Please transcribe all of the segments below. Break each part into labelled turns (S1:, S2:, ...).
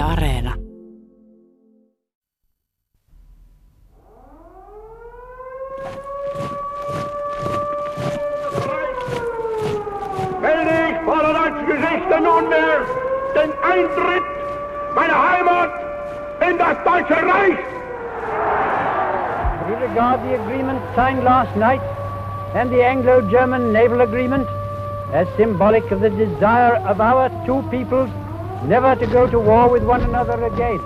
S1: Areena.
S2: Wenn ich vor deutschen Gesichter nunmehr den Eintritt meiner Heimat in das Deutsche Reich.
S3: We regard the agreement signed last night and the Anglo-German naval agreement as symbolic of the desire of our two peoples never to go to war with one another again.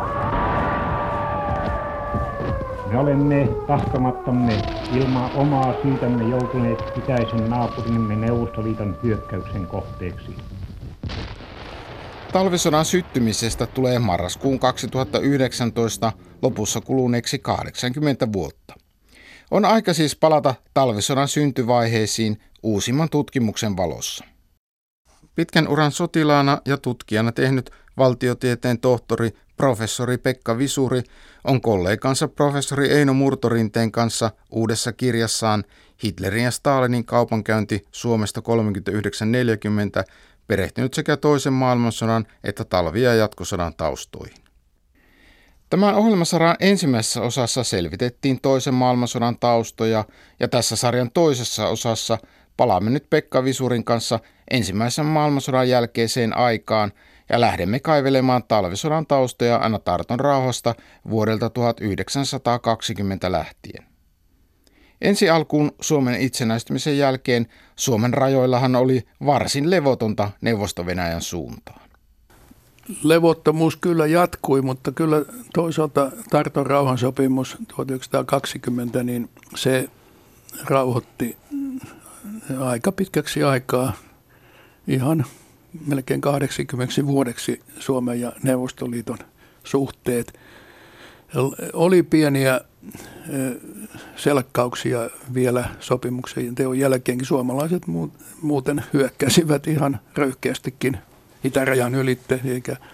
S4: Me olemme tahtomattamme ilman omaa syytämme joutuneet itäisen naapurimme Neuvostoliiton hyökkäyksen kohteeksi.
S5: Talvisodan syttymisestä tulee marraskuun 2019 lopussa kuluneeksi 80 vuotta. On aika siis palata talvisodan syntyvaiheisiin uusimman tutkimuksen valossa. Pitkän uran sotilaana ja tutkijana tehnyt valtiotieteen tohtori professori Pekka Visuri on kollegansa professori Eino Murtorinteen kanssa uudessa kirjassaan Hitlerin ja Stalinin kaupankäynti Suomesta 39-40 perehtynyt sekä toisen maailmansodan että talvi- ja jatkosodan taustoihin. Tämän ohjelmasarjan ensimmäisessä osassa selvitettiin toisen maailmansodan taustoja ja tässä sarjan toisessa osassa palaamme nyt Pekka Visurin kanssa ensimmäisen maailmansodan jälkeiseen aikaan ja lähdemme kaivelemaan talvisodan taustoja aina Tarton rauhasta vuodelta 1920 lähtien. Ensi alkuun Suomen itsenäistymisen jälkeen Suomen rajoillahan oli varsin levotonta Neuvosto-Venäjän suuntaan.
S6: Levottomuus kyllä jatkui, mutta kyllä toisaalta Tarton rauhansopimus 1920, niin se rauhoitti aika pitkäksi aikaa, ihan melkein 80 vuodeksi Suomen ja Neuvostoliiton suhteet. Oli pieniä selkkauksia vielä sopimuksen teon jälkeenkin. Suomalaiset muuten hyökkäsivät ihan röyhkeästikin itärajan ylitte,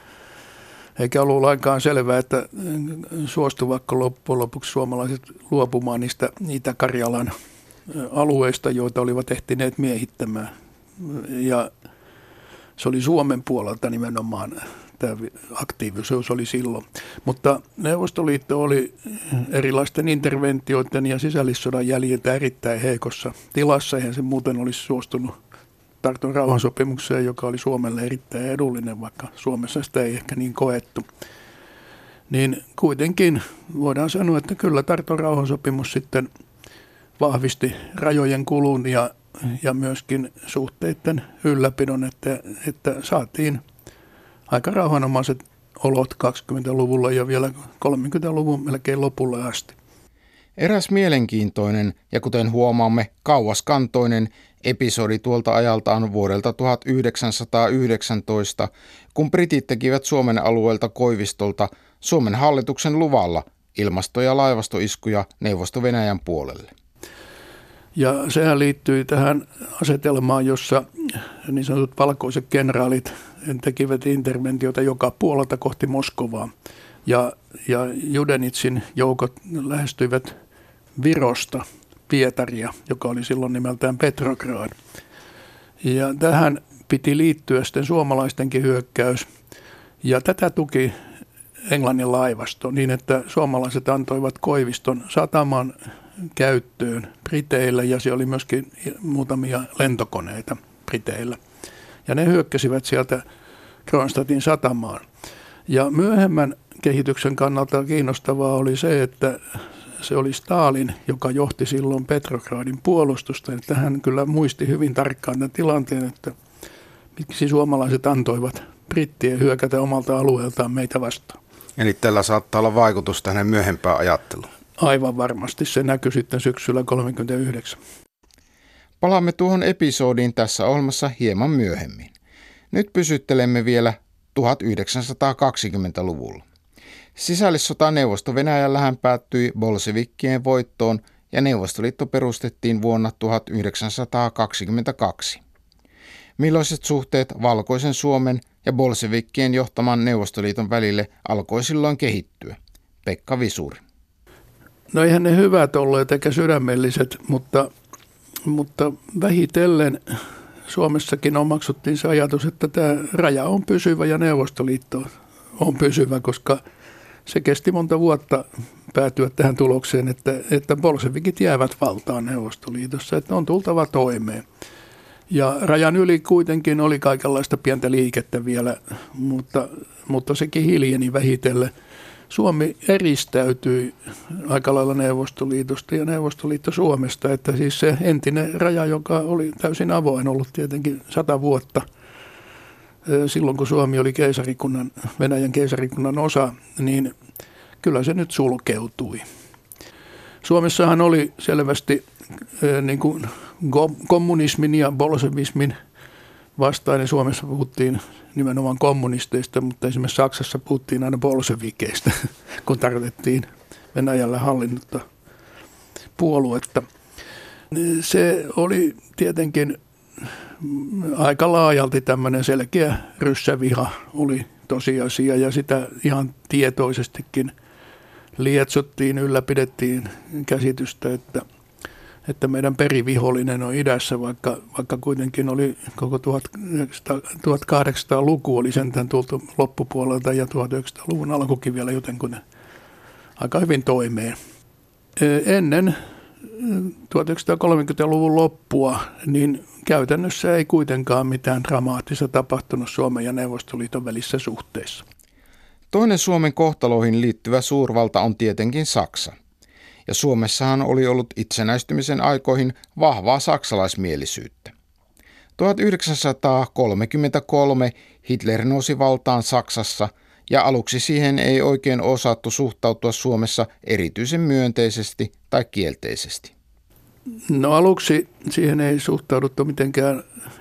S6: eikä ollut lainkaan selvää, että suostuvatko loppujen lopuksi suomalaiset luopumaan niistä Itä-Karjalan alueista, joita olivat ehtineet miehittämään. Ja se oli Suomen puolelta nimenomaan, tämä aktiivisuus oli silloin. Mutta Neuvostoliitto oli erilaisten interventioiden ja sisällissodan jäljiltä erittäin heikossa tilassa. Eihän se muuten olisi suostunut Tarton rauhansopimukseen, joka oli Suomelle erittäin edullinen, vaikka Suomessa sitä ei ehkä niin koettu. Niin kuitenkin voidaan sanoa, että kyllä Tarton rauhansopimus sitten vahvisti rajojen kulun ja myöskin suhteiden ylläpidon, että saatiin aika rauhanomaiset olot 20-luvulla ja vielä 30-luvun melkein lopulle asti.
S5: Eräs mielenkiintoinen ja kuten huomaamme kauaskantoinen episodi tuolta ajalta on vuodelta 1919, kun britit tekivät Suomen alueelta Koivistolta Suomen hallituksen luvalla ilmasto- ja laivastoiskuja Neuvosto-Venäjän puolelle.
S6: Ja sehän liittyy tähän asetelmaan, jossa niin sanotut valkoiset kenraalit tekivät interventiota joka puolelta kohti Moskovaa. Ja Judenitsin joukot lähestyivät Virosta Pietaria, joka oli silloin nimeltään Petrograd. Ja tähän piti liittyä sitten suomalaistenkin hyökkäys. Ja tätä tuki Englannin laivasto niin, että suomalaiset antoivat Koiviston sataman käyttöön Briteillä ja siellä oli myöskin muutamia lentokoneita Briteillä. Ja ne hyökkäsivät sieltä Kronstadtin satamaan. Ja myöhemmän kehityksen kannalta kiinnostavaa oli se, että se oli Stalin, joka johti silloin Petrogradin puolustusta. Että hän kyllä muisti hyvin tarkkaan tämän tilanteen, että miksi suomalaiset antoivat brittien hyökätä omalta alueeltaan meitä vastaan.
S7: Eli tällä saattaa olla vaikutusta hänen myöhempään ajatteluun.
S6: Aivan varmasti. Se näkyi sitten syksyllä 1939.
S5: Palaamme tuohon episodiin tässä ohjelmassa hieman myöhemmin. Nyt pysyttelemme vielä 1920-luvulla. Sisällissota Neuvosto-Venäjällähän päättyi bolsevikkien voittoon ja Neuvostoliitto perustettiin vuonna 1922. Millaiset suhteet valkoisen Suomen ja bolsevikkien johtaman Neuvostoliiton välille alkoi silloin kehittyä? Pekka Visuri.
S6: No eihän ne hyvät olleet eikä sydämelliset, mutta vähitellen Suomessakin omaksuttiin se ajatus, että tämä raja on pysyvä ja Neuvostoliitto on pysyvä, koska se kesti monta vuotta päätyä tähän tulokseen, että bolshevikit jäävät valtaan Neuvostoliitossa, että on tultava toimeen. Ja rajan yli kuitenkin oli kaikenlaista pientä liikettä vielä, mutta sekin hiljeni vähitellen. Suomi eristäytyi aika lailla Neuvostoliitosta ja Neuvostoliitto Suomesta, että siis se entinen raja, joka oli täysin avoin ollut tietenkin 100 vuotta, silloin kun Suomi oli Venäjän keisarikunnan osa, niin kyllä se nyt sulkeutui. Suomessahan oli selvästi niin kuin kommunismin ja bolshevismin vastainen. Suomessa puhuttiin nimenomaan kommunisteista, mutta esimerkiksi Saksassa puhuttiin aina bolshevikeistä, kun tarvittiin Venäjällä hallinnutta puoluetta. Se oli tietenkin aika laajalti tämmöinen selkeä ryssäviha oli tosiasia, ja sitä ihan tietoisestikin lietsottiin, ylläpidettiin käsitystä, että meidän perivihollinen on idässä, vaikka kuitenkin oli koko 1800-luku oli sentään tultu loppupuolelta ja 1900-luvun alkukin vielä jotenkin aika hyvin toimeen. Ennen 1930-luvun loppua niin käytännössä ei kuitenkaan mitään dramaattista tapahtunut Suomen ja Neuvostoliiton välissä suhteissa.
S5: Toinen Suomen kohtaloihin liittyvä suurvalta on tietenkin Saksa. Ja Suomessahan oli ollut itsenäistymisen aikoihin vahvaa saksalaismielisyyttä. 1933 Hitler nousi valtaan Saksassa ja aluksi siihen ei oikein osattu suhtautua Suomessa erityisen myönteisesti tai kielteisesti.
S6: No aluksi siihen ei suhtauduttu mitenkään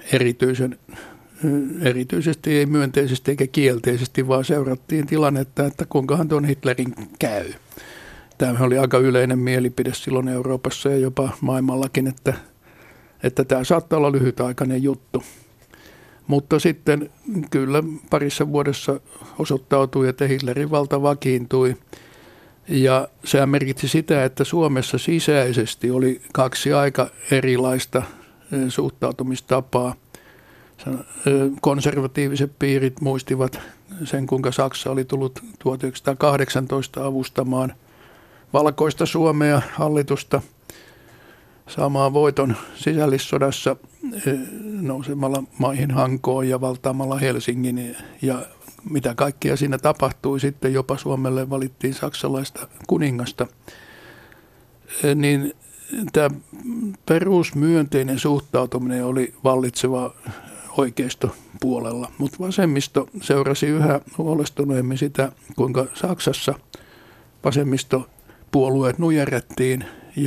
S6: erityisesti ei myönteisesti eikä kielteisesti, vaan seurattiin tilannetta, että kuinkahan tuon Hitlerin käy. Tämä oli aika yleinen mielipide silloin Euroopassa ja jopa maailmallakin, että tämä saattaa olla lyhytaikainen juttu. Mutta sitten kyllä parissa vuodessa osoittautui, että Hitlerin valta vakiintui. Ja se merkitsi sitä, että Suomessa sisäisesti oli kaksi aika erilaista suhtautumistapaa. Konservatiiviset piirit muistivat sen, kuinka Saksa oli tullut 1918 avustamaan valkoista Suomea hallitusta saamaan voiton sisällissodassa nousemalla maihin Hankoon ja valtaamalla Helsingin. Ja mitä kaikkea siinä tapahtui, sitten jopa Suomelle valittiin saksalaista kuningasta. Niin tämä perusmyönteinen suhtautuminen oli vallitseva oikeistopuolella, mutta vasemmisto seurasi yhä huolestuneemmin sitä, kuinka Saksassa vasemmistopuolueet nujerrettiin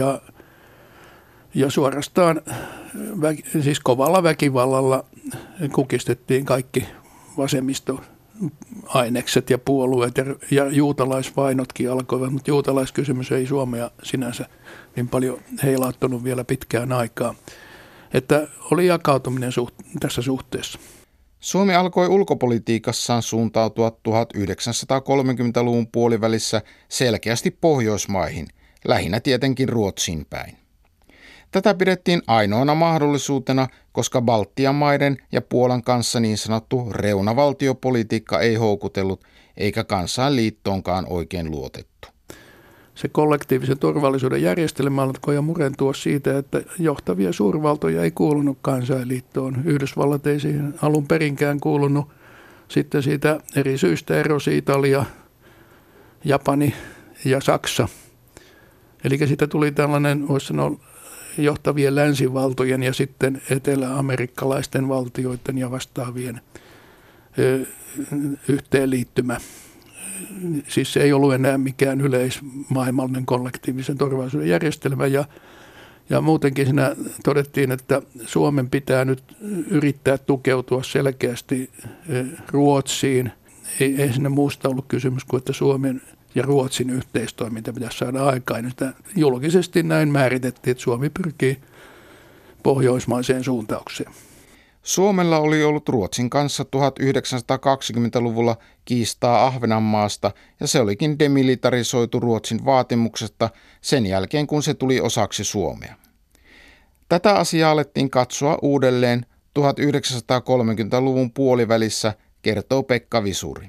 S6: ja suorastaan siis kovalla väkivallalla kukistettiin kaikki vasemmistoainekset ja puolueet ja juutalaisvainotkin alkoivat, mutta juutalaiskysymys ei Suomea sinänsä niin paljon heilauttanut vielä pitkään aikaa. Että oli jakautuminen tässä suhteessa.
S5: Suomi alkoi ulkopolitiikassaan suuntautua 1930-luvun puolivälissä selkeästi Pohjoismaihin, lähinnä tietenkin Ruotsiin päin. Tätä pidettiin ainoana mahdollisuutena, koska Baltian maiden ja Puolan kanssa niin sanottu reunavaltiopolitiikka ei houkutellut, eikä kansainliittoonkaan oikein luotettu.
S6: Se kollektiivisen turvallisuuden järjestelmä alkoi murentua siitä, että johtavia suurvaltoja ei kuulunut kansainliittoon. Yhdysvallat ei siihen alun perinkään kuulunut. Sitten siitä eri syistä erosi Italia, Japani ja Saksa. Eli siitä tuli tällainen, voisi sanoa, johtavien länsivaltojen ja sitten eteläamerikkalaisten valtioiden ja vastaavien yhteenliittymä. Siis se ei ollut enää mikään yleismaailmallinen kollektiivisen turvallisuuden järjestelmä ja muutenkin siinä todettiin, että Suomen pitää nyt yrittää tukeutua selkeästi Ruotsiin. Ei siinä muusta ollut kysymys kuin, että Suomen ja Ruotsin yhteistoiminta pitäisi saada aikaan. Sitä julkisesti näin määritettiin, että Suomi pyrkii pohjoismaiseen suuntaukseen.
S5: Suomella oli ollut Ruotsin kanssa 1920-luvulla kiistaa Ahvenanmaasta ja se olikin demilitarisoitu Ruotsin vaatimuksesta sen jälkeen, kun se tuli osaksi Suomea. Tätä asiaa alettiin katsoa uudelleen 1930-luvun puolivälissä, kertoo Pekka Visuri.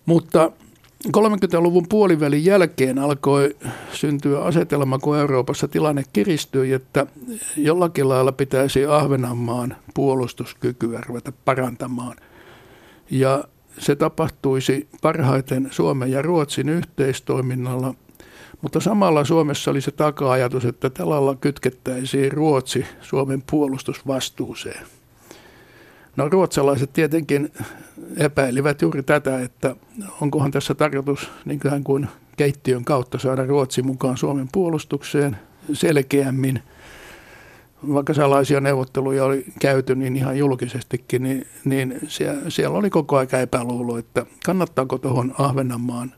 S6: Mutta 30-luvun puolivälin jälkeen alkoi syntyä asetelma, kun Euroopassa tilanne kiristyi, että jollakin lailla pitäisi Ahvenanmaan puolustuskykyä ruveta parantamaan. Ja se tapahtuisi parhaiten Suomen ja Ruotsin yhteistoiminnalla, mutta samalla Suomessa oli se taka-ajatus, että tällä lailla kytkettäisiin Ruotsi Suomen puolustusvastuuseen. No ruotsalaiset tietenkin epäilivät juuri tätä, että onkohan tässä tarkoitus niin kuin keittiön kautta saada Ruotsi mukaan Suomen puolustukseen selkeämmin. Vaikka salaisia neuvotteluja oli käyty niin ihan julkisestikin, niin siellä oli koko ajan epäluulo, että kannattaako tuohon Ahvenanmaan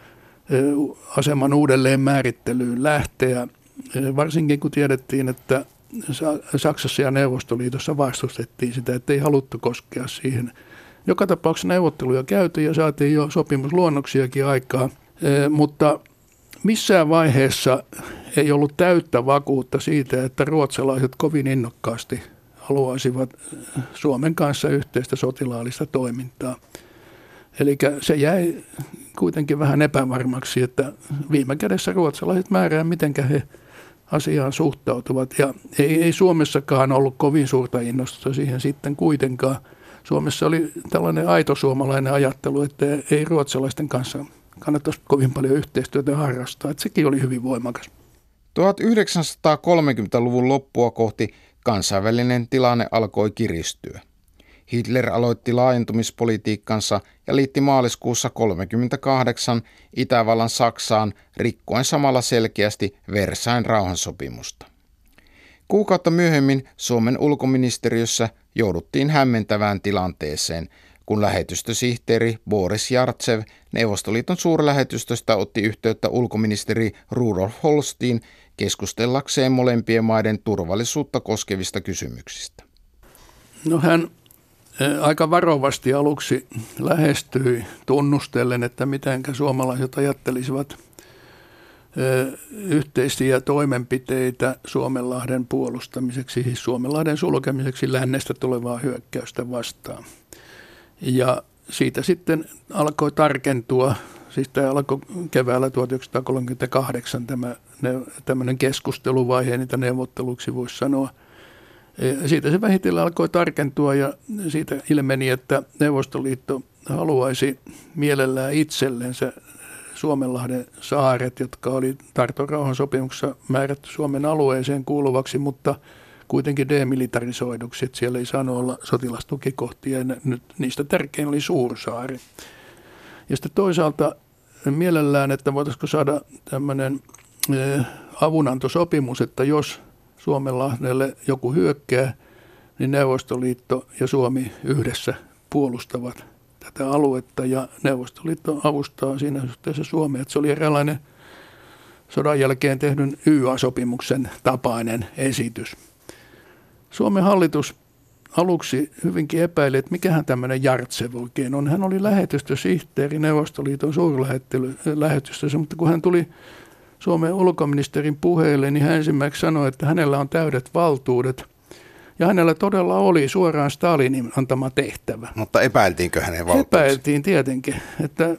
S6: aseman uudelleen määrittelyyn lähteä, varsinkin kun tiedettiin, että Saksassa ja Neuvostoliitossa vastustettiin sitä, että ei haluttu koskea siihen. Joka tapauksessa neuvotteluja käytiin ja saatiin jo sopimusluonnoksiakin aikaa, mutta missään vaiheessa ei ollut täyttä vakuutta siitä, että ruotsalaiset kovin innokkaasti haluaisivat Suomen kanssa yhteistä sotilaallista toimintaa. Eli se jäi kuitenkin vähän epävarmaksi, että viime kädessä ruotsalaiset määrää, miten he asiaan suhtautuvat. Ja ei Suomessakaan ollut kovin suurta innostusta siihen sitten kuitenkaan. Suomessa oli tällainen aito suomalainen ajattelu, että ei ruotsalaisten kanssa kannattaisi kovin paljon yhteistyötä harrastaa. Että sekin oli hyvin voimakas.
S5: 1930-luvun loppua kohti kansainvälinen tilanne alkoi kiristyä. Hitler aloitti laajentumispolitiikkansa ja liitti maaliskuussa 1938 Itävallan Saksaan rikkoen samalla selkeästi Versailles rauhansopimusta. Kuukautta myöhemmin Suomen ulkoministeriössä jouduttiin hämmentävään tilanteeseen, kun lähetystösihteeri Boris Jartsev Neuvostoliiton suurlähetystöstä otti yhteyttä ulkoministeri Rudolf Holstein keskustellakseen molempien maiden turvallisuutta koskevista kysymyksistä.
S6: No hän aika varovasti aluksi lähestyi tunnustellen, että mitenkä suomalaiset ajattelisivat yhteisiä toimenpiteitä Suomenlahden puolustamiseksi, siis Suomenlahden sulkemiseksi lännestä tulevaa hyökkäystä vastaan. Ja siitä sitten alkoi tarkentua, siis tämä alkoi keväällä 1938 tämmöinen keskusteluvaihe, niitä neuvotteluksi voisi sanoa. Siitä se vähitellen alkoi tarkentua ja siitä ilmeni, että Neuvostoliitto haluaisi mielellään itsellensä Suomenlahden saaret, jotka oli Tarton rauhansopimuksessa määrätty Suomen alueeseen kuuluvaksi, mutta kuitenkin demilitarisoiduksi, että siellä ei saanut olla sotilastukikohtia ja nyt niistä tärkein oli Suursaari. Ja sitten toisaalta mielellään, että voitaisiinko saada tämmöinen avunantosopimus, että jos Suomenlahdelle joku hyökkää, niin Neuvostoliitto ja Suomi yhdessä puolustavat tätä aluetta ja Neuvostoliitto avustaa siinä suhteessa Suomea. Että se oli eräänlainen sodan jälkeen tehdyn YA-sopimuksen tapainen esitys. Suomen hallitus aluksi hyvinkin epäili, että mikähän tämmöinen Jartsev oikein on. Hän oli lähetystösihteeri Neuvostoliiton suurlähetystössä, mutta kun hän tuli Suomen ulkoministerin puheille, niin hän ensimmäiseksi sanoi, että hänellä on täydet valtuudet. Ja hänellä todella oli suoraan Stalinin antama tehtävä.
S7: Mutta epäiltiinkö hänen valtuuksia?
S6: Epäiltiin tietenkin, että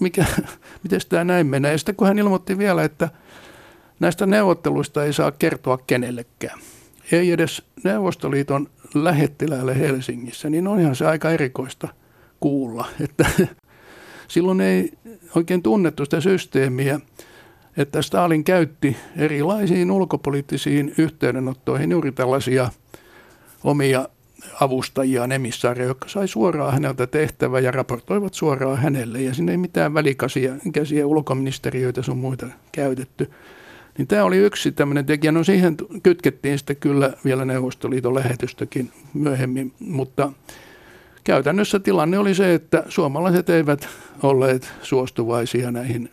S6: miten tämä näin menee. Ja sitten kun hän ilmoitti vielä, että näistä neuvotteluista ei saa kertoa kenellekään. Ei edes Neuvostoliiton lähettiläälle Helsingissä, niin onhan se aika erikoista kuulla. Että silloin ei oikein tunnettu sitä systeemiä, että Stalin käytti erilaisiin ulkopoliittisiin yhteydenottoihin juuri tällaisia omia avustajiaan, emissaareja, jotka sai suoraan häneltä tehtävää ja raportoivat suoraan hänelle. Ja sinne ei mitään välikäsiä ulkoministeriöitä sun muita käytetty. Niin tämä oli yksi tämmöinen tekijä. No siihen kytkettiin sitten kyllä vielä Neuvostoliiton lähetystökin myöhemmin, mutta käytännössä tilanne oli se, että suomalaiset eivät olleet suostuvaisia näihin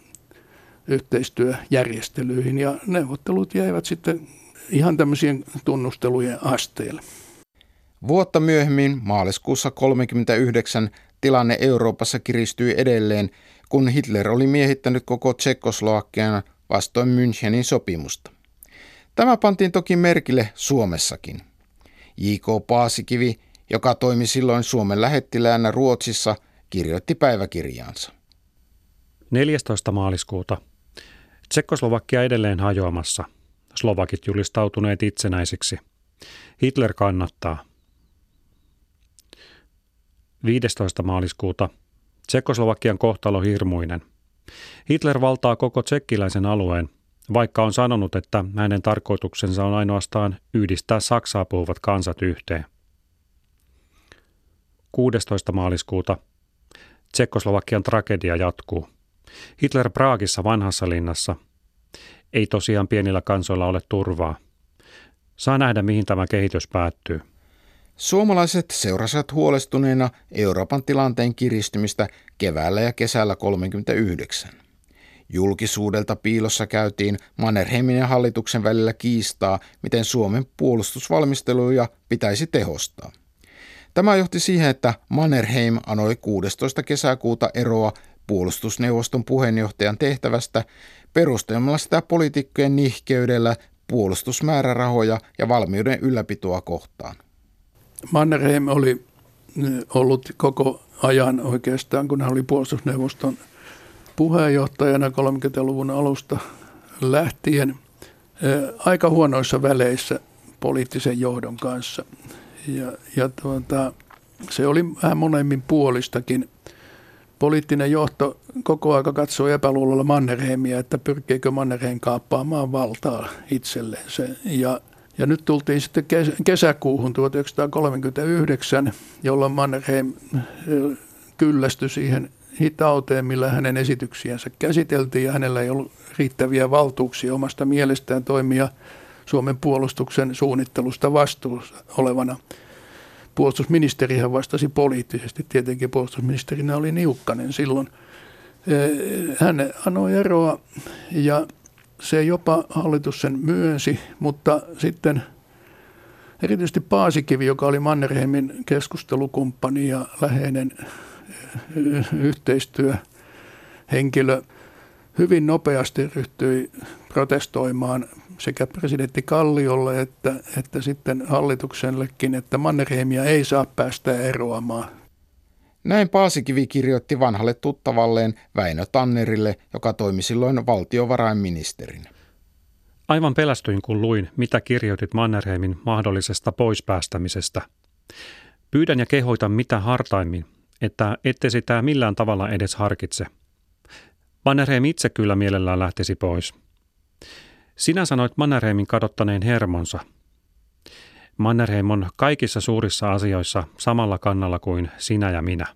S6: yhteistyöjärjestelyihin ja neuvottelut jäivät sitten ihan tämmöisien tunnustelujen asteelle.
S5: Vuotta myöhemmin, maaliskuussa 1939, tilanne Euroopassa kiristyi edelleen, kun Hitler oli miehittänyt koko Tšekkoslovakian vastoin Münchenin sopimusta. Tämä pantiin toki merkille Suomessakin. J.K. Paasikivi, joka toimi silloin Suomen lähettiläänä Ruotsissa, kirjoitti päiväkirjaansa.
S1: 14. maaliskuuta. Tsekkoslovakia edelleen hajoamassa. Slovakit julistautuneet itsenäisiksi. Hitler kannattaa. 15. maaliskuuta. Tsekkoslovakian kohtalo hirmuinen. Hitler valtaa koko tsekkiläisen alueen, vaikka on sanonut, että hänen tarkoituksensa on ainoastaan yhdistää Saksaa puhuvat kansat yhteen. 16. maaliskuuta. Tsekkoslovakian tragedia jatkuu. Hitler Praagissa vanhassa linnassa. Ei tosiaan pienillä kansoilla ole turvaa. Saa nähdä, mihin tämä kehitys päättyy.
S5: Suomalaiset seurasivat huolestuneena Euroopan tilanteen kiristymistä keväällä ja kesällä 1939. Julkisuudelta piilossa käytiin Mannerheimin ja hallituksen välillä kiistaa, miten Suomen puolustusvalmisteluja pitäisi tehostaa. Tämä johti siihen, että Mannerheim anoi 16. kesäkuuta eroa puolustusneuvoston puheenjohtajan tehtävästä perustelemalla sitä poliitikkojen nihkeydellä puolustusmäärärahoja ja valmiuden ylläpitoa kohtaan.
S6: Mannerheim oli ollut koko ajan oikeastaan, kun hän oli puolustusneuvoston puheenjohtajana 30-luvun alusta lähtien, aika huonoissa väleissä poliittisen johdon kanssa. Se oli vähän molemmin puolistakin. Poliittinen johto koko aika katsoi epäluulolla Mannerheimia, että pyrkiikö Mannerheim kaappaamaan valtaa itselleen. Ja nyt tultiin sitten kesäkuuhun 1939, jolloin Mannerheim kyllästyi siihen hitauteen, millä hänen esityksiänsä käsiteltiin, ja hänellä ei ollut riittäviä valtuuksia omasta mielestään toimia Suomen puolustuksen suunnittelusta vastuussa olevana. Puolustusministerihän vastasi poliittisesti, tietenkin puolustusministerinä oli Niukkanen silloin. Hän anoi eroa ja se jopa hallitus sen myönsi, mutta sitten erityisesti Paasikivi, joka oli Mannerheimin keskustelukumppani ja läheinen yhteistyöhenkilö, hyvin nopeasti ryhtyi protestoimaan sekä presidentti Kalliolle että sitten hallituksellekin, että Mannerheimia ei saa päästä eroamaan.
S5: Näin Paasikivi kirjoitti vanhalle tuttavalleen Väinö Tannerille, joka toimi silloin valtiovarainministerinä.
S1: Aivan pelästyin, kun luin, mitä kirjoitit Mannerheimin mahdollisesta poispäästämisestä. Pyydän ja kehoitan mitä hartaimmin, että ette sitä millään tavalla edes harkitse. Mannerheim itse kyllä mielellään lähtisi pois. Sinä sanoit Mannerheimin kadottaneen hermonsa. Mannerheim on kaikissa suurissa asioissa samalla kannalla kuin sinä ja minä.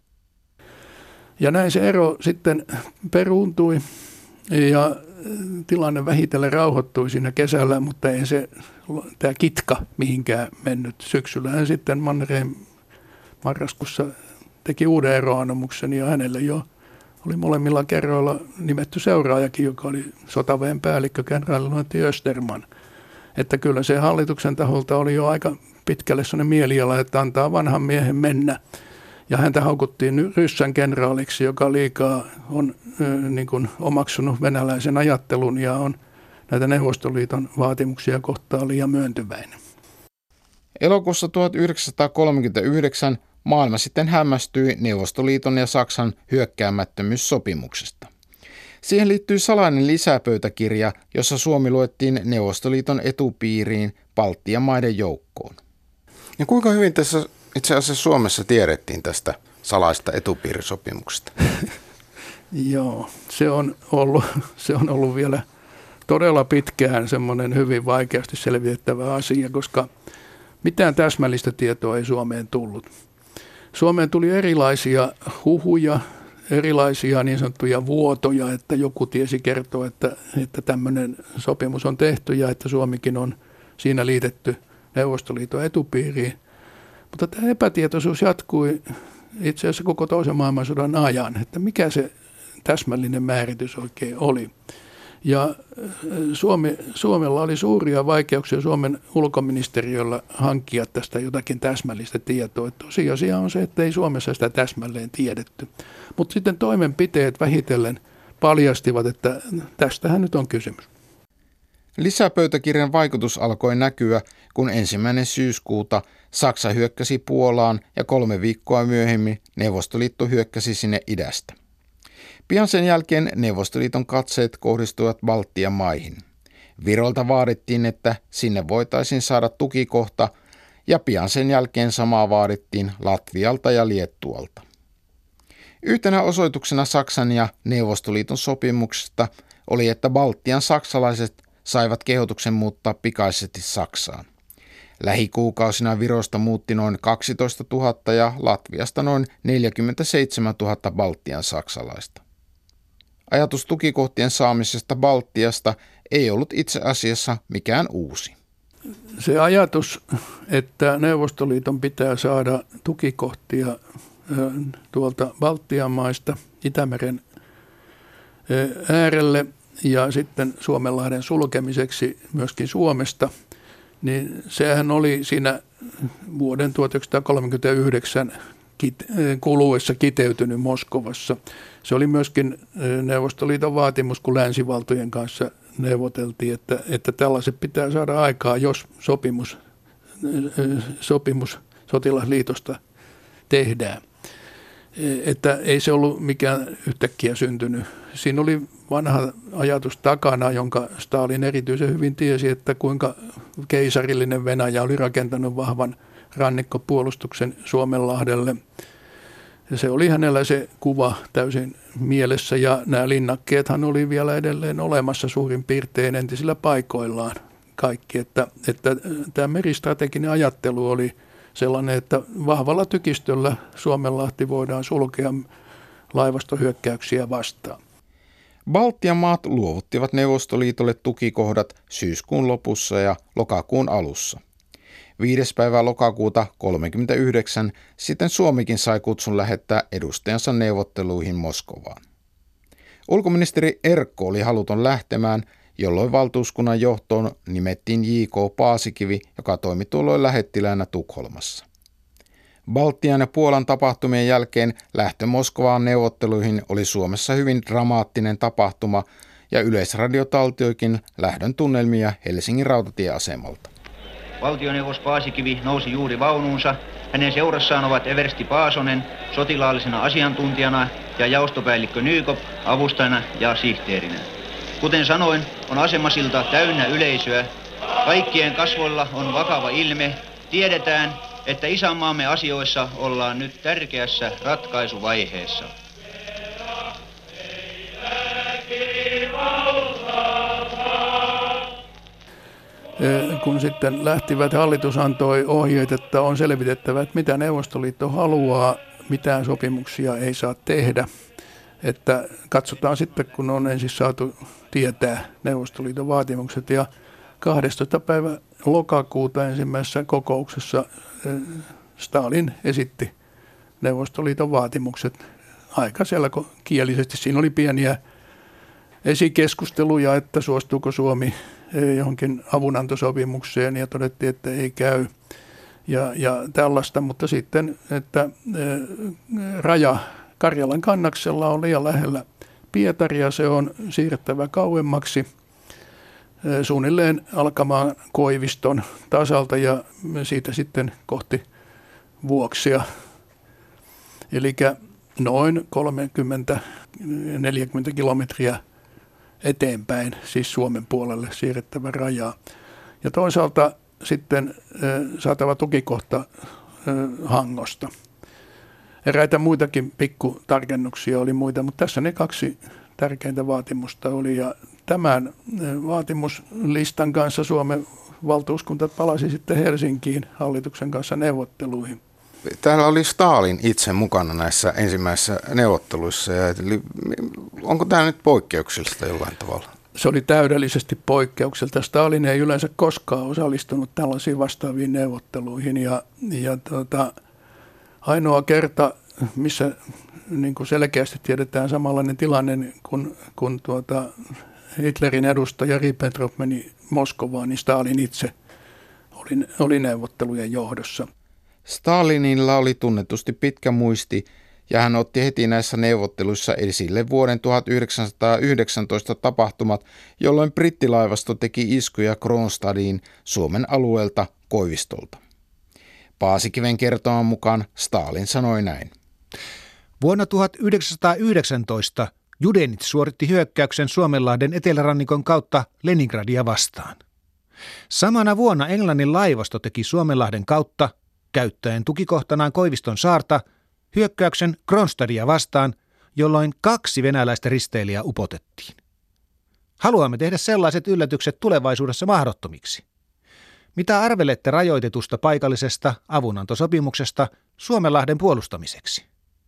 S6: Ja näin se ero sitten peruuntui ja tilanne vähitellen rauhoittui siinä kesällä, mutta ei tämä kitka mihinkään mennyt. Syksyllähän sitten Mannerheim marraskuussa teki uuden eroanomuksen ja hänelle jo oli molemmilla kerroilla nimetty seuraajakin, joka oli sotaväen päällikkö kenraaliluotti Österman. Että kyllä se hallituksen taholta oli jo aika pitkälle sellainen mieliala, että antaa vanhan miehen mennä. Ja häntä haukuttiin ryssän kenraaliksi, joka liikaa on niin kuin omaksunut venäläisen ajattelun ja on näitä Neuvostoliiton vaatimuksia kohtaan liian myöntyväinen.
S5: Elokuussa 1939 maailma sitten hämmästyi Neuvostoliiton ja Saksan hyökkäämättömyyssopimuksesta. Siihen liittyy salainen lisäpöytäkirja, jossa Suomi luettiin Neuvostoliiton etupiiriin Baltian maiden joukkoon.
S7: Ja kuinka hyvin tässä itse asiassa Suomessa tiedettiin tästä salaista etupiirisopimuksesta?
S6: Joo, se on ollut vielä todella pitkään semmoinen hyvin vaikeasti selvitettävä asia, koska mitään täsmällistä tietoa ei Suomeen tullut. Suomeen tuli erilaisia huhuja, erilaisia niin sanottuja vuotoja, että joku tiesi kertoa, että tämmöinen sopimus on tehty ja että Suomikin on siinä liitetty Neuvostoliiton etupiiriin. Mutta tämä epätietoisuus jatkui itse asiassa koko toisen maailmansodan ajan, että mikä se täsmällinen määritys oikein oli. Ja Suomella oli suuria vaikeuksia Suomen ulkoministeriöllä hankkia tästä jotakin täsmällistä tietoa. Tosiasia on se, että ei Suomessa sitä täsmälleen tiedetty. Mutta sitten toimenpiteet vähitellen paljastivat, että tästähän nyt on kysymys.
S5: Lisäpöytäkirjan vaikutus alkoi näkyä, kun 1. syyskuuta Saksa hyökkäsi Puolaan ja 3 viikkoa myöhemmin Neuvostoliitto hyökkäsi sinne idästä. Pian sen jälkeen Neuvostoliiton katseet kohdistuivat Baltian maihin. Virolta vaadittiin, että sinne voitaisiin saada tukikohta, ja pian sen jälkeen samaa vaadittiin Latvialta ja Liettualta. Yhtenä osoituksena Saksan ja Neuvostoliiton sopimuksesta oli, että Baltian saksalaiset saivat kehotuksen muuttaa pikaisesti Saksaan. Lähikuukausina Virosta muutti noin 12 000 ja Latviasta noin 47 000 Baltian saksalaista. Ajatus tukikohtien saamisesta Baltiasta ei ollut itse asiassa mikään uusi.
S6: Se ajatus, että Neuvostoliiton pitää saada tukikohtia tuolta Baltian maista Itämeren äärelle ja sitten Suomenlahden sulkemiseksi myöskin Suomesta, niin sehän oli siinä vuoden 1939 kuluessa kiteytynyt Moskovassa. Se oli myöskin Neuvostoliiton vaatimus, kun länsivaltojen kanssa neuvoteltiin, että tällaiset pitää saada aikaa, jos sopimus sotilasliitosta tehdään. Että ei se ollut mikään yhtäkkiä syntynyt. Siinä oli vanha ajatus takana, jonka Stalin erityisen hyvin tiesi, että kuinka keisarillinen Venäjä oli rakentanut vahvan rannikkopuolustuksen Suomenlahdelle. Ja se oli hänellä se kuva täysin mielessä, ja nämä linnakkeethan oli vielä edelleen olemassa suurin piirtein entisillä paikoillaan kaikki. Että tämä meristrateginen ajattelu oli sellainen, että vahvalla tykistöllä Suomenlahti voidaan sulkea laivastohyökkäyksiä vastaan.
S5: Baltian maat luovuttivat Neuvostoliitolle tukikohdat syyskuun lopussa ja lokakuun alussa. 5. päivä lokakuuta 1939 sitten Suomikin sai kutsun lähettää edustajansa neuvotteluihin Moskovaan. Ulkoministeri Erkko oli haluton lähtemään, jolloin valtuuskunnan johtoon nimettiin J.K. Paasikivi, joka toimi tuolloin lähettiläänä Tukholmassa. Baltian ja Puolan tapahtumien jälkeen lähtö Moskovaan neuvotteluihin oli Suomessa hyvin dramaattinen tapahtuma, ja Yleisradio taltioikin lähdön tunnelmia Helsingin rautatieasemalta.
S8: Valtioneuvos Paasikivi nousi juuri vaunuunsa. Hänen seurassaan ovat eversti Paasonen sotilaallisena asiantuntijana ja jaostopäällikkö Nykop avustajana ja sihteerinä. Kuten sanoin, on asemasilta täynnä yleisöä. Kaikkien kasvoilla on vakava ilme. Tiedetään, että isänmaamme asioissa ollaan nyt tärkeässä ratkaisuvaiheessa.
S6: Kun sitten lähtivät, hallitus antoi ohjeet, että on selvitettävä, että mitä Neuvostoliitto haluaa, mitään sopimuksia ei saa tehdä. Että katsotaan sitten, kun on ensin saatu tietää Neuvostoliiton vaatimukset. Ja 12. päivä lokakuuta ensimmäisessä kokouksessa Stalin esitti Neuvostoliiton vaatimukset aika selkokielisesti. Siinä oli pieniä esikeskusteluja, että suostuuko Suomi johonkin avunantosopimukseen, ja todettiin, että ei käy ja tällaista, mutta sitten, että raja Karjalan kannaksella on liian lähellä Pietaria, se on siirrettävä kauemmaksi suunnilleen alkamaan Koiviston tasalta ja siitä sitten kohti Vuoksia. Eli noin 30-40 kilometriä eteenpäin, siis Suomen puolelle siirrettävä rajaa. Ja toisaalta sitten saatava tukikohta Hangosta. Eräitä muitakin pikkutarkennuksia oli muita, mutta tässä ne kaksi tärkeintä vaatimusta oli. Ja tämän vaatimuslistan kanssa Suomen valtuuskunta palasi sitten Helsinkiin hallituksen kanssa neuvotteluihin.
S5: Täällä oli Stalin itse mukana näissä ensimmäisissä neuvotteluissa. Onko tämä nyt poikkeuksellista jollain tavalla?
S6: Se oli täydellisesti poikkeuksellista. Stalin ei yleensä koskaan osallistunut tällaisiin vastaaviin neuvotteluihin. Ainoa kerta, missä niin kuin selkeästi tiedetään samanlainen tilanne, kun Hitlerin edustaja Ribbentrop meni Moskovaan, niin Stalin itse oli neuvottelujen johdossa.
S5: Stalinilla oli tunnetusti pitkä muisti, ja hän otti heti näissä neuvotteluissa esille vuoden 1919 tapahtumat, jolloin brittilaivasto teki iskuja Kronstadiin Suomen alueelta Koivistolta. Paasikiven kertoman mukaan Stalin sanoi näin.
S9: Vuonna 1919 Judenit suoritti hyökkäyksen Suomenlahden etelärannikon kautta Leningradia vastaan. Samana vuonna Englannin laivasto teki Suomenlahden kautta, käyttäen tukikohtanaan Koiviston saarta, hyökkäyksen Kronstadia vastaan, jolloin 2 venäläistä risteilijää upotettiin. Haluamme tehdä sellaiset yllätykset tulevaisuudessa mahdottomiksi. Mitä arvelette rajoitetusta paikallisesta avunantosopimuksesta Suomenlahden puolustamiseksi?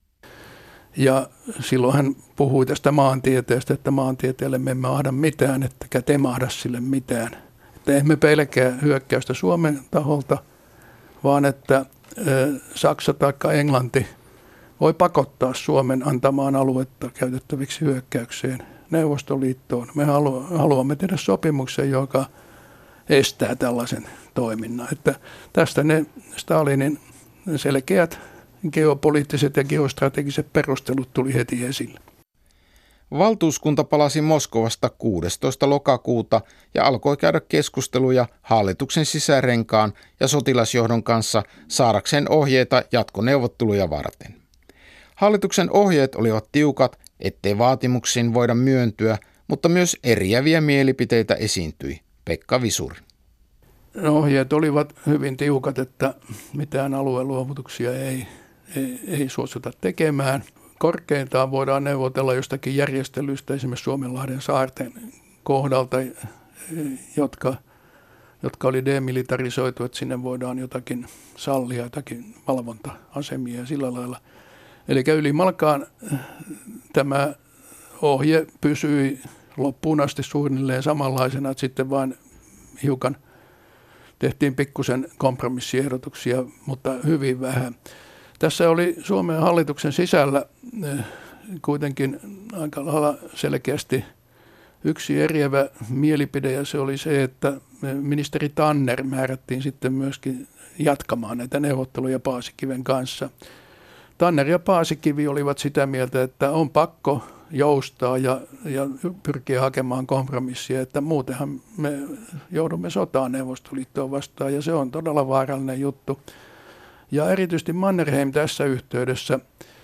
S6: Ja silloin hän puhui tästä maantieteestä, että maantieteelle me emme mahda mitään, ettekä te mahda sille mitään. Että emme pelkää hyökkäystä Suomen taholta, vaan että Saksa tai Englanti voi pakottaa Suomen antamaan aluetta käytettäviksi hyökkäykseen Neuvostoliittoon. Me haluamme tehdä sopimuksen, joka estää tällaisen toiminnan. Että tästä ne Stalinin selkeät geopoliittiset ja geostrategiset perustelut tuli heti esille.
S5: Valtuuskunta palasi Moskovasta 16. lokakuuta ja alkoi käydä keskusteluja hallituksen sisärenkaan ja sotilasjohdon kanssa saadakseen ohjeita jatkoneuvotteluja varten. Hallituksen ohjeet olivat tiukat, ettei vaatimuksiin voida myöntyä, mutta myös eriäviä mielipiteitä esiintyi. Pekka Visuri.
S6: Ohjeet olivat hyvin tiukat, että mitään alueluovutuksia ei suostuta tekemään. Korkeintaan voidaan neuvotella jostakin järjestelyistä esimerkiksi Suomenlahden saarten kohdalta, jotka oli demilitarisoitu, että sinne voidaan jotakin sallia, jotakin valvonta-asemia ja sillä lailla. Eli ylimalkaan tämä ohje pysyi loppuun asti suunnilleen samanlaisena, että sitten vain hiukan tehtiin pikkusen kompromissiehdotuksia, mutta hyvin vähän. Tässä oli Suomen hallituksen sisällä kuitenkin aika lailla selkeästi yksi eriävä mielipide, ja se oli se, että ministeri Tanner määrättiin sitten myöskin jatkamaan näitä neuvotteluja Paasikiven kanssa. Tanner ja Paasikivi olivat sitä mieltä, että on pakko joustaa ja pyrkiä hakemaan kompromissia, että muutenhan me joudumme sotaan Neuvostoliittoon vastaan, ja se on todella vaarallinen juttu. Ja erityisesti Mannerheim tässä yhteydessä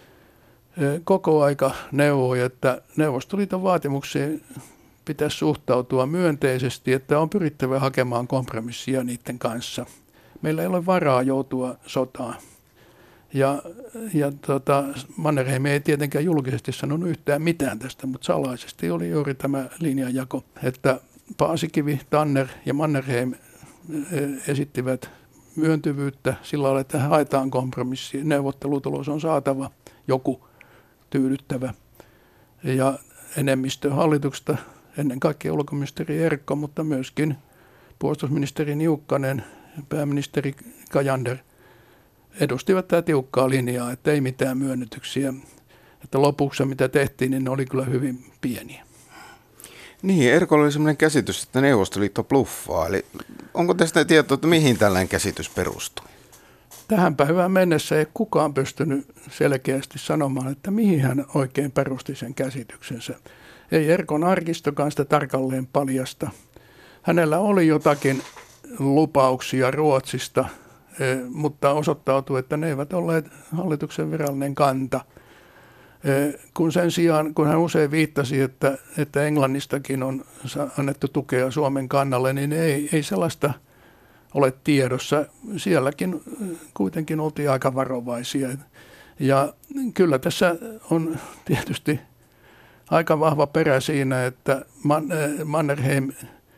S6: koko aika neuvoi, että Neuvostoliiton vaatimuksiin pitäisi suhtautua myönteisesti, että on pyrittävä hakemaan kompromissia niiden kanssa. Meillä ei ole varaa joutua sotaan. Ja Mannerheim ei tietenkään julkisesti sanonut yhtään mitään tästä, mutta salaisesti oli juuri tämä linjanjako, että Paasikivi, Tanner ja Mannerheim esittivät myöntyvyyttä sillä lailla, että haetaan kompromissia. Neuvottelutulos on saatava joku tyydyttävä. Ja enemmistö hallituksesta, ennen kaikkea ulkoministeri Erkko, mutta myöskin puolustusministeri Niukkanen ja pääministeri Cajander edustivat tätä tiukkaa linjaa, että ei mitään myönnytyksiä. Että lopuksi mitä tehtiin, niin ne oli kyllä hyvin pieniä.
S7: Niin, Erkolla oli sellainen käsitys, että Neuvostoliitto bluffaa. Eli onko tästä tietoa, että mihin tällainen käsitys perustuu?
S6: Tähän päivään mennessä ei kukaan pystynyt selkeästi sanomaan, että mihin hän oikein perusti sen käsityksensä. Ei Erkon arkistokaan sitä tarkalleen paljasta. Hänellä oli jotakin lupauksia Ruotsista, mutta osoittautui, että ne eivät olleet hallituksen virallinen kanta. Kun sen sijaan, kun hän usein viittasi, että Englannistakin on annettu tukea Suomen kannalle, niin ei sellaista ole tiedossa. Sielläkin kuitenkin oltiin aika varovaisia. Ja kyllä tässä on tietysti aika vahva perä siinä, että Mannerheim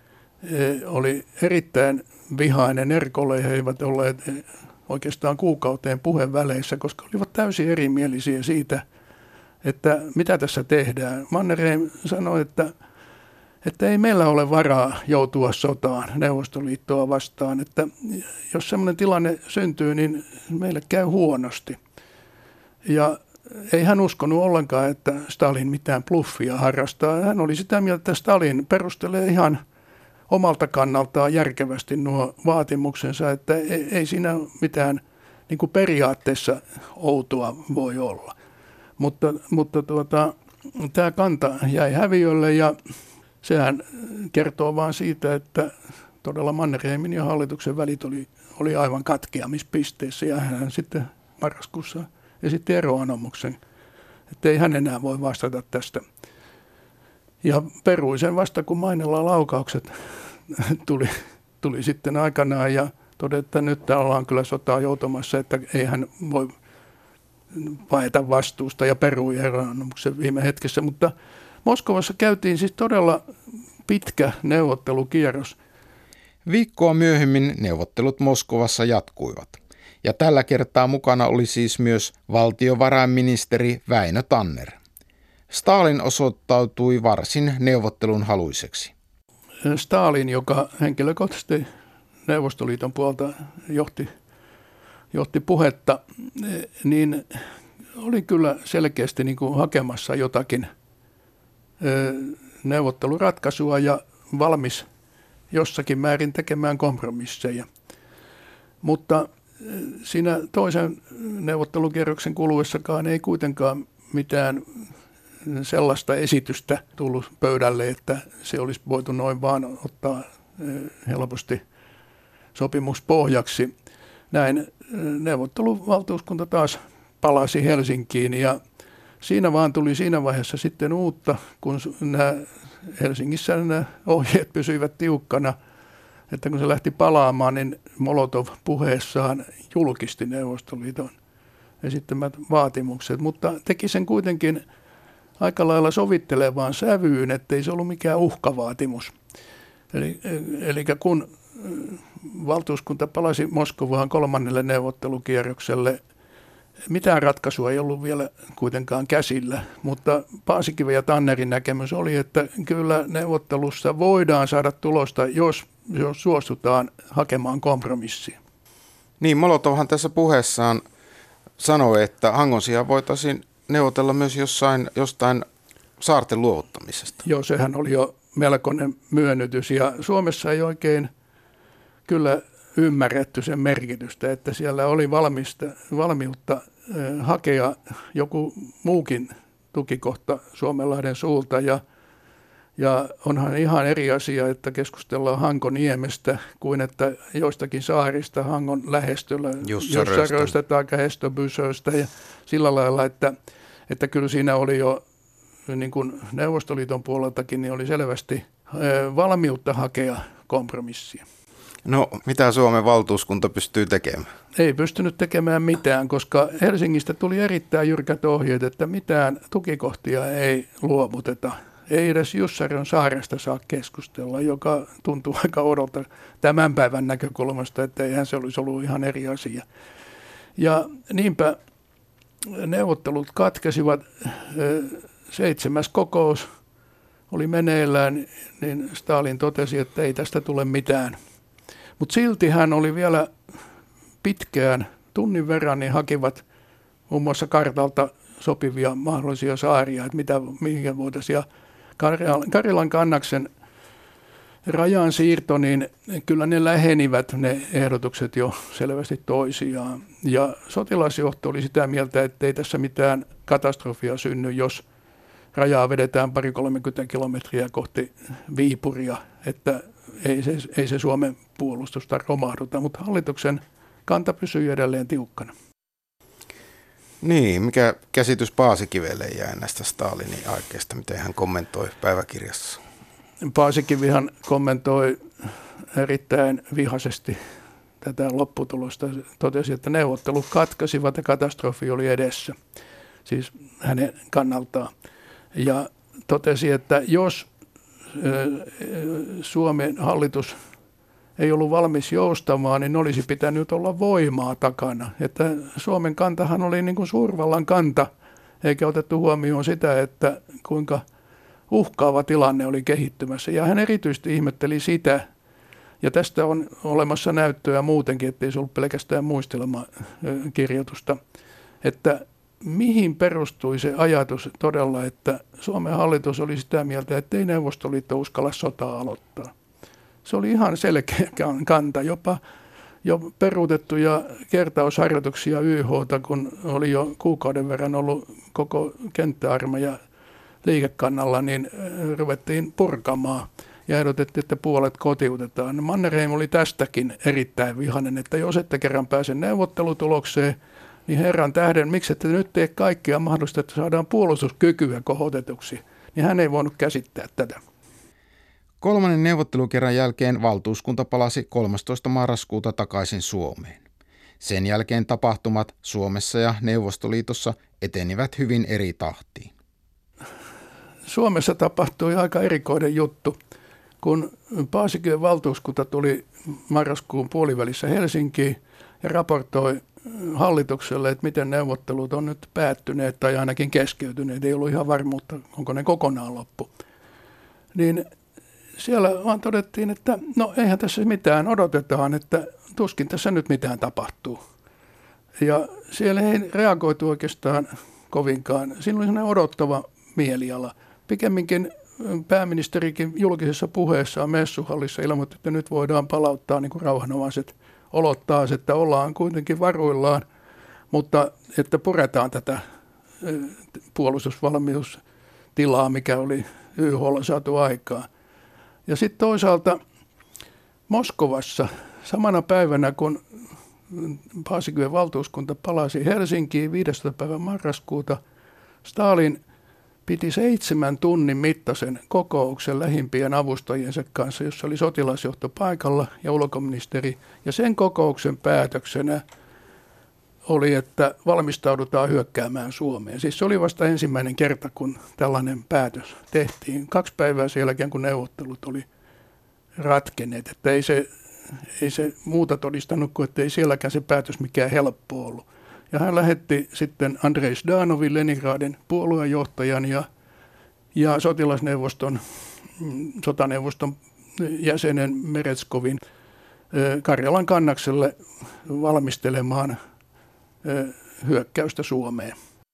S6: oli erittäin vihainen Erkolle. He eivät olleet oikeastaan kuukauteen puheväleissä, koska olivat täysin erimielisiä siitä, että mitä tässä tehdään. Mannerheim sanoi, että ei meillä ole varaa joutua sotaan Neuvostoliittoa vastaan, että jos sellainen tilanne syntyy, niin meille käy huonosti. Ja ei hän uskonut ollenkaan, että Stalin mitään bluffia harrastaa. Hän oli sitä mieltä, että Stalin perustelee ihan omalta kannaltaan järkevästi nuo vaatimuksensa, että ei siinä mitään niin kuin periaatteessa outoa voi olla. Mutta tämä kanta jäi häviölle, ja sehän kertoo vain siitä, että todella Mannerheimin ja hallituksen välit oli aivan katkeamispisteessä, ja hän sitten marraskuussa esitti eroanomuksen, että ei hän enää voi vastata tästä Ja perui sen vasta, kun Mainelan laukaukset tuli sitten aikanaan ja todettiin, että nyt ollaan kyllä sotaa joutumassa, että ei hän voi paeta vastuusta ja perui eroannuksen viime hetkessä. Mutta Moskovassa käytiin siis todella pitkä neuvottelukierros.
S5: Viikkoa myöhemmin neuvottelut Moskovassa jatkuivat. Ja tällä kertaa mukana oli siis myös valtiovarainministeri Väinö Tanner. Stalin osoittautui varsin neuvottelun haluiseksi.
S6: Stalin, joka henkilökohtaisesti Neuvostoliiton puolta johti puhetta, niin oli kyllä selkeästi niin kuin hakemassa jotakin neuvotteluratkaisua ja valmis jossakin määrin tekemään kompromisseja. Mutta siinä toisen neuvottelukierroksen kuluessakaan ei kuitenkaan mitään sellaista esitystä tullut pöydälle, että se olisi voitu noin vaan ottaa helposti sopimuspohjaksi. Näin neuvotteluvaltuuskunta taas palasi Helsinkiin ja siinä vaan tuli siinä vaiheessa sitten uutta, kun Helsingissä nämä ohjeet pysyivät tiukkana, että kun se lähti palaamaan, niin Molotov puheessaan julkisti Neuvostoliiton esittämät vaatimukset, mutta teki sen kuitenkin aika lailla sovittelevaan sävyyn, ettei se ollut mikään uhkavaatimus. Eli kun valtuuskunta palasi Moskovaan kolmannelle neuvottelukierrokselle, mitään ratkaisua ei ollut vielä kuitenkaan käsillä, mutta Paasikiven ja Tannerin näkemys oli, että kyllä neuvottelussa voidaan saada tulosta, jos suostutaan hakemaan kompromissia.
S7: Niin, Molotovhan tässä puheessaan sanoi, että Hangon sijaan voitaisiin neuvotella myös jostain saarten luovuttamisesta.
S6: Joo, sehän oli jo melkoinen myönnytys ja Suomessa ei oikein kyllä ymmärretty sen merkitystä, että siellä oli valmiutta hakea joku muukin tukikohta Suomenlahden suulta ja onhan ihan eri asia, että keskustellaan Hankoniemestä kuin että joistakin saarista Hangon lähestöllä, Jussaröistä tai Hestobysöistä ja sillä lailla, että kyllä siinä oli jo niin kuin Neuvostoliiton puoleltakin niin oli selvästi valmiutta hakea kompromissia.
S7: No, mitä Suomen valtuuskunta pystyy tekemään?
S6: Ei pystynyt tekemään mitään, koska Helsingistä tuli erittäin jyrkät ohjeet, että mitään tukikohtia ei luovuteta. Ei edes Jussarön saaresta saa keskustella, joka tuntuu aika odolta tämän päivän näkökulmasta, että eihän se olisi ollut ihan eri asia. Ja niinpä neuvottelut katkesivat. 7. kokous oli meneillään, niin Stalin totesi, että ei tästä tule mitään. Mutta silti hän oli vielä pitkään, tunnin verran, niin hakivat muun muassa kartalta sopivia mahdollisia saaria, että mihin voitaisiin. Ja Karjalan kannaksen rajan siirto, niin kyllä ne lähenivät ne ehdotukset jo selvästi toisiaan. Ja sotilasjohto oli sitä mieltä, että ei tässä mitään katastrofia synny, jos rajaa vedetään 20-30 kilometriä kohti Viipuria, että ei se Suomen puolustusta romahduta, mutta hallituksen kanta pysyy edelleen tiukkana.
S7: Niin, mikä käsitys Paasikivelle jäi näistä Stalinin aikeista, miten hän kommentoi päiväkirjassa?
S6: Paasikivihan kommentoi erittäin vihaisesti tätä lopputulosta. Totesi, että neuvottelut katkaisivat ja katastrofi oli edessä, siis hänen kannaltaan. Ja totesi, että jos Suomen hallitus ei ollut valmis joustamaan, niin olisi pitänyt olla voimaa takana. Että Suomen kantahan oli niin kuin suurvallan kanta, eikä otettu huomioon sitä, että kuinka uhkaava tilanne oli kehittymässä. Ja hän erityisesti ihmetteli sitä, ja tästä on olemassa näyttöä muutenkin, ettei se ollut pelkästään muistelmakirjoitusta, että mihin perustui se ajatus todella, että Suomen hallitus oli sitä mieltä, että ei Neuvostoliitto uskalla sotaa aloittaa. Se oli ihan selkeä kanta, jopa jo peruutettuja kertausharjoituksia YH:ta, kun oli jo kuukauden verran ollut koko kenttäarmeija liikekannalla, niin ruvettiin purkamaan ja ehdotettiin, että puolet kotiutetaan. Mannerheim oli tästäkin erittäin vihainen, että jos ette kerran pääse neuvottelutulokseen, niin herran tähden, miksi ette nyt tee kaikkea mahdollista, että saadaan puolustuskykyä kohotetuksi. niin hän ei voinut käsittää tätä.
S5: Kolmannen neuvottelukerran jälkeen valtuuskunta palasi 13. marraskuuta takaisin Suomeen. Sen jälkeen tapahtumat Suomessa ja Neuvostoliitossa etenivät hyvin eri tahtiin.
S6: Suomessa tapahtui aika erikoinen juttu. Kun Paasikiven valtuuskunta tuli marraskuun puolivälissä Helsinkiin ja raportoi hallitukselle, että miten neuvottelut on nyt päättyneet tai ainakin keskeytyneet, ei ollut ihan varmuutta, onko ne kokonaan loppu, niin siellä vaan todettiin, että no eihän tässä mitään, odotetaan, että tuskin tässä nyt mitään tapahtuu. Ja siellä ei reagoitu oikeastaan kovinkaan. Siinä oli sellainen odottava mieliala. Pikemminkin pääministerikin julkisessa puheessaan messuhallissa ilmoitti, että nyt voidaan palauttaa niin kuin rauhanomaiset olot taas, että ollaan kuitenkin varuillaan, mutta että puretaan tätä puolustusvalmiustilaa, mikä oli YH:lla saatu aikaan. Ja sitten toisaalta Moskovassa samana päivänä, kun Paasikiven valtuuskunta palasi Helsinkiin 15. päivä marraskuuta, Stalin piti 7 tunnin mittaisen kokouksen lähimpien avustajiensa kanssa, jossa oli sotilasjohto paikalla ja ulkoministeri. Ja sen kokouksen päätöksenä oli, että valmistaudutaan hyökkäämään Suomeen. Siis se oli vasta ensimmäinen kerta, kun tällainen päätös tehtiin. 2 päivää sen jälkeen, kun neuvottelut oli ratkenneet. Että ei se muuta todistanut kuin, että ei sielläkään se päätös mikään helppo ollut. Ja hän lähetti sitten Andrei Ždanovin, Leningradin puoluejohtajan ja sotaneuvoston jäsenen Meretskovin Karjalan kannakselle valmistelemaan hyökkäystä Suomeen.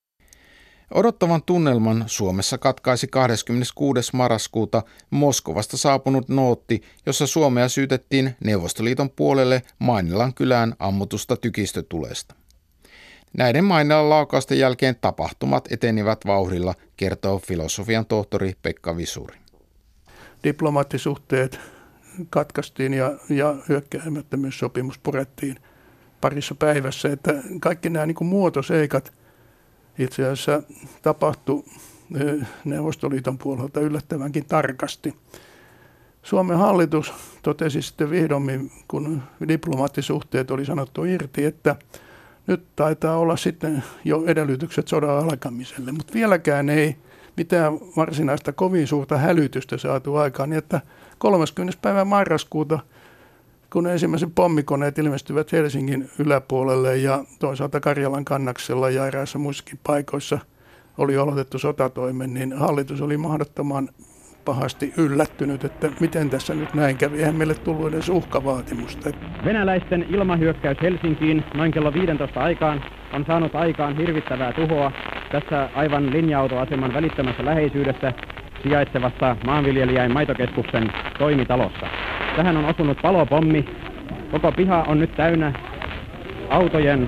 S5: Odottavan tunnelman Suomessa katkaisi 26. marraskuuta Moskovasta saapunut nootti, jossa Suomea syytettiin Neuvostoliiton puolelle Mainilan kylään ammutusta tykistötulesta. Näiden Mainilan laukausten jälkeen tapahtumat etenivät vauhdilla, kertoo filosofian tohtori Pekka Visuri.
S6: Diplomaattisuhteet katkaistiin ja hyökkäämättömyyssopimus purettiin parissa päivässä. Että kaikki nämä niin kuin muotoseikat itse asiassa tapahtui Neuvostoliiton puolelta yllättävänkin tarkasti. Suomen hallitus totesi sitten vihdoin, kun diplomaattisuhteet oli sanottu irti, että nyt taitaa olla sitten jo edellytykset sodan alkamiselle, mutta vieläkään ei mitään varsinaista kovin suurta hälytystä saatu aikaan, niin että 30. päivä marraskuuta, kun ensimmäiset pommikoneet ilmestyvät Helsingin yläpuolelle ja toisaalta Karjalan kannaksella ja eräissä muissakin paikoissa oli aloitettu sotatoimen, niin hallitus oli mahdottoman pahasti yllättynyt, että miten tässä nyt näin kävi. Eihän meille tullut edes uhkavaatimusta.
S10: Venäläisten ilmahyökkäys Helsinkiin noin kello 15 aikaan on saanut aikaan hirvittävää tuhoa tässä aivan linja-autoaseman välittömässä läheisyydessä sijaitsevassa maanviljelijäin maitokeskuksen toimitalossa. Tähän on osunut palopommi. Koko piha on nyt täynnä autojen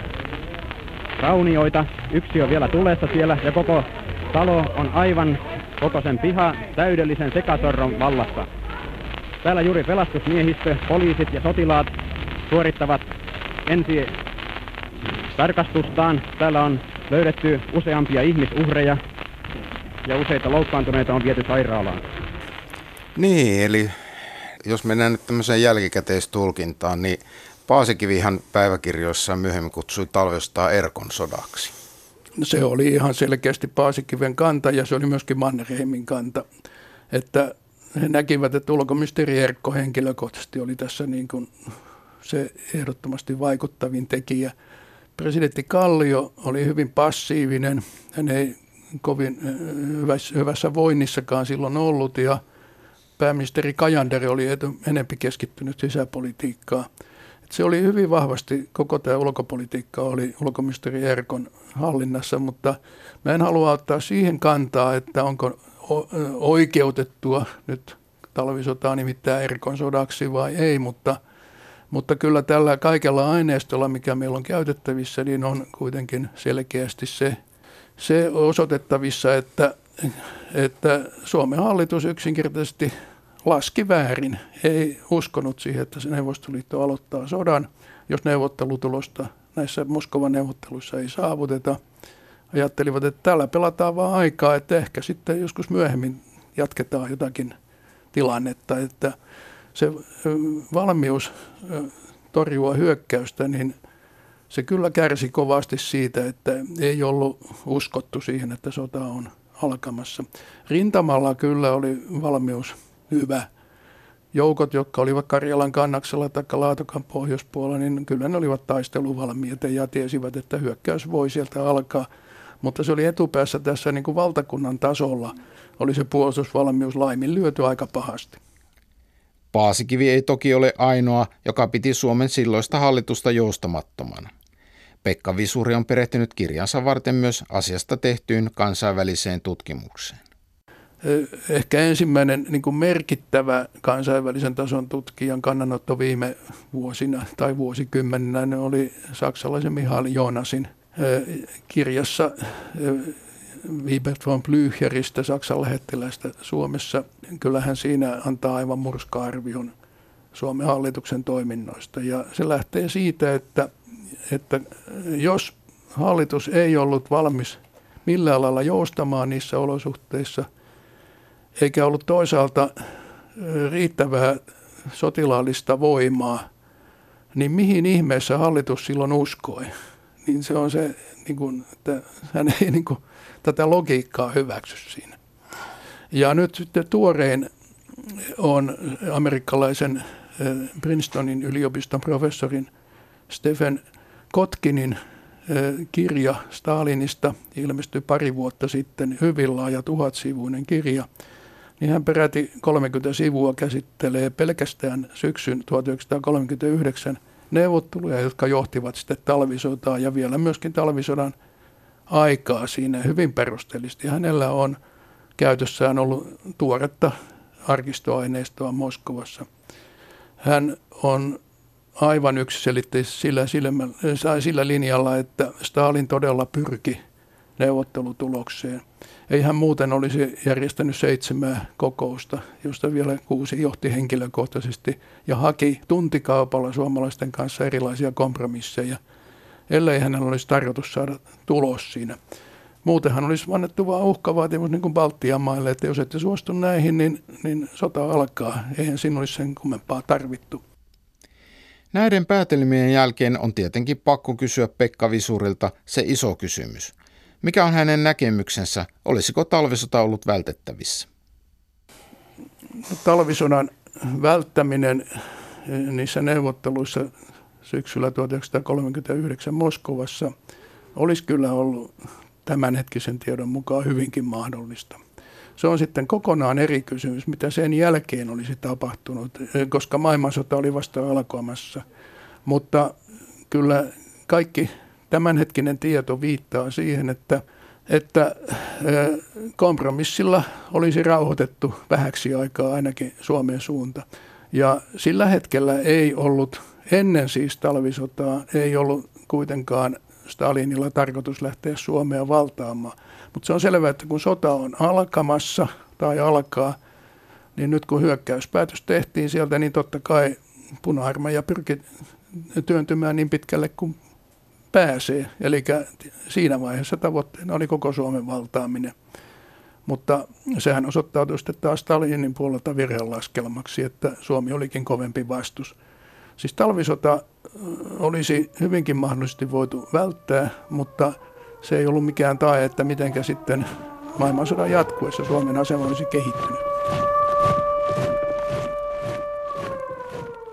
S10: raunioita. Yksi on vielä tulessa siellä ja koko talo on aivan koko sen piha täydellisen sekasorron vallassa. Täällä juuri pelastusmiehistö, poliisit ja sotilaat suorittavat ensi tarkastustaan. Täällä on löydetty useampia ihmisuhreja ja useita loukkaantuneita on viety sairaalaan.
S7: Niin, eli jos mennään nyt tämmöiseen jälkikäteistulkintaan, niin Paasikivihan päiväkirjoissaan myöhemmin kutsui talvisotaa Erkon sodaksi.
S6: Se oli ihan selkeästi Paasikiven kanta ja se oli myöskin Mannerheimin kanta. Että he näkivät, että ulkoministeri Erkko henkilökohtaisesti oli tässä niin kuin se ehdottomasti vaikuttavin tekijä. Presidentti Kallio oli hyvin passiivinen. Hän ei kovin hyvässä voinnissakaan silloin ollut ja pääministeri Cajander oli enempi keskittynyt sisäpolitiikkaan. Se oli hyvin vahvasti, koko tämä ulkopolitiikka oli ulkoministeri Erkon hallinnassa, mutta mä en halua ottaa siihen kantaa, että onko oikeutettua nyt talvisotaa nimittäin Erkon sodaksi vai ei, mutta kyllä tällä kaikella aineistolla, mikä meillä on käytettävissä, niin on kuitenkin selkeästi se osoitettavissa, että Suomen hallitus yksinkertaisesti laski väärin. Ei uskonut siihen, että se Neuvostoliitto aloittaa sodan, jos neuvottelutulosta näissä Moskovan neuvotteluissa ei saavuteta, ajattelivat, että täällä pelataan vaan aikaa, että ehkä sitten joskus myöhemmin jatketaan jotakin tilannetta, että se valmius torjua hyökkäystä, niin se kyllä kärsi kovasti siitä, että ei ollut uskottu siihen, että sota on alkamassa. Rintamalla kyllä oli valmius hyvä. Joukot, jotka olivat Karjalan kannaksella tai Laatokan pohjoispuolella, niin kyllä ne olivat taisteluvalmiita ja tiesivät, että hyökkäys voi sieltä alkaa. Mutta se oli etupäässä tässä niin kuin valtakunnan tasolla, oli se puolustusvalmius laiminlyöty aika pahasti.
S5: Paasikivi ei toki ole ainoa, joka piti Suomen silloista hallitusta joustamattomana. Pekka Visuri on perehtynyt kirjansa varten myös asiasta tehtyyn kansainväliseen tutkimukseen.
S6: Ehkä ensimmäinen niin kuin merkittävä kansainvälisen tason tutkijan kannanotto viime vuosina tai vuosikymmeninä oli saksalaisen Michael Jonasin kirjassa Wibert von Blücheristä, Saksan lähettiläistä Suomessa. Kyllähän siinä antaa aivan murska-arvion Suomen hallituksen toiminnoista. Ja se lähtee siitä, että jos hallitus ei ollut valmis millään lailla joustamaan niissä olosuhteissa, eikä ollut toisaalta riittävää sotilaallista voimaa, niin mihin ihmeessä hallitus silloin uskoi? Niin se on se, että hän ei tätä logiikkaa hyväksy siinä. Ja nyt sitten tuorein on amerikkalaisen Princetonin yliopiston professorin Stephen Kotkinin kirja Stalinista, ilmestyi pari vuotta sitten, hyvin laaja 1000-sivuinen kirja. Niin hän peräti 30 sivua käsittelee pelkästään syksyn 1939 neuvotteluja, jotka johtivat sitten talvisotaan ja vielä myöskin talvisodan aikaa siinä hyvin perusteellisesti. Hänellä on käytössään ollut tuoretta arkistoaineistoa Moskovassa. Hän on aivan yksiselitteisesti sillä linjalla, että Stalin todella pyrki neuvottelutulokseen. Ei hän muuten olisi järjestänyt 7 kokousta, josta vielä 6 johti henkilökohtaisesti ja haki tuntikaupalla suomalaisten kanssa erilaisia kompromisseja, ellei hänellä olisi tarkoitus saada tulos siinä. Muutenhan olisi annettu vain uhkavaatimus niin kuin Baltian maille, että jos ette suostu näihin, niin sota alkaa. Eihän siinä olisi sen kummempaa tarvittu.
S5: Näiden päätelmien jälkeen on tietenkin pakko kysyä Pekka Visurilta se iso kysymys. Mikä on hänen näkemyksensä? Olisiko talvisota ollut vältettävissä?
S6: Talvisodan välttäminen niissä neuvotteluissa syksyllä 1939 Moskovassa olisi kyllä ollut tämänhetkisen tiedon mukaan hyvinkin mahdollista. Se on sitten kokonaan eri kysymys, mitä sen jälkeen olisi tapahtunut, koska maailmansota oli vasta alkamassa. Mutta kyllä kaikki tämänhetkinen tieto viittaa siihen, että kompromissilla olisi rauhoitettu vähäksi aikaa ainakin Suomen suunta. Ja sillä hetkellä ei ollut, ennen siis talvisotaa, ei ollut kuitenkaan Stalinilla tarkoitus lähteä Suomea valtaamaan. Mutta se on selvää, että kun sota on alkamassa tai alkaa, niin nyt kun hyökkäyspäätös tehtiin sieltä, niin totta kai Puna-armeija pyrki työntymään niin pitkälle kuin pääsee. Eli siinä vaiheessa tavoitteena oli koko Suomen valtaaminen. Mutta sehän osoittautui sitten taas Stalinin puolelta virhelaskelmaksi, että Suomi olikin kovempi vastus. Siis talvisota olisi hyvinkin mahdollisesti voitu välttää, mutta se ei ollut mikään tae, että mitenkä sitten maailmansodan jatkuessa Suomen asema olisi kehittynyt.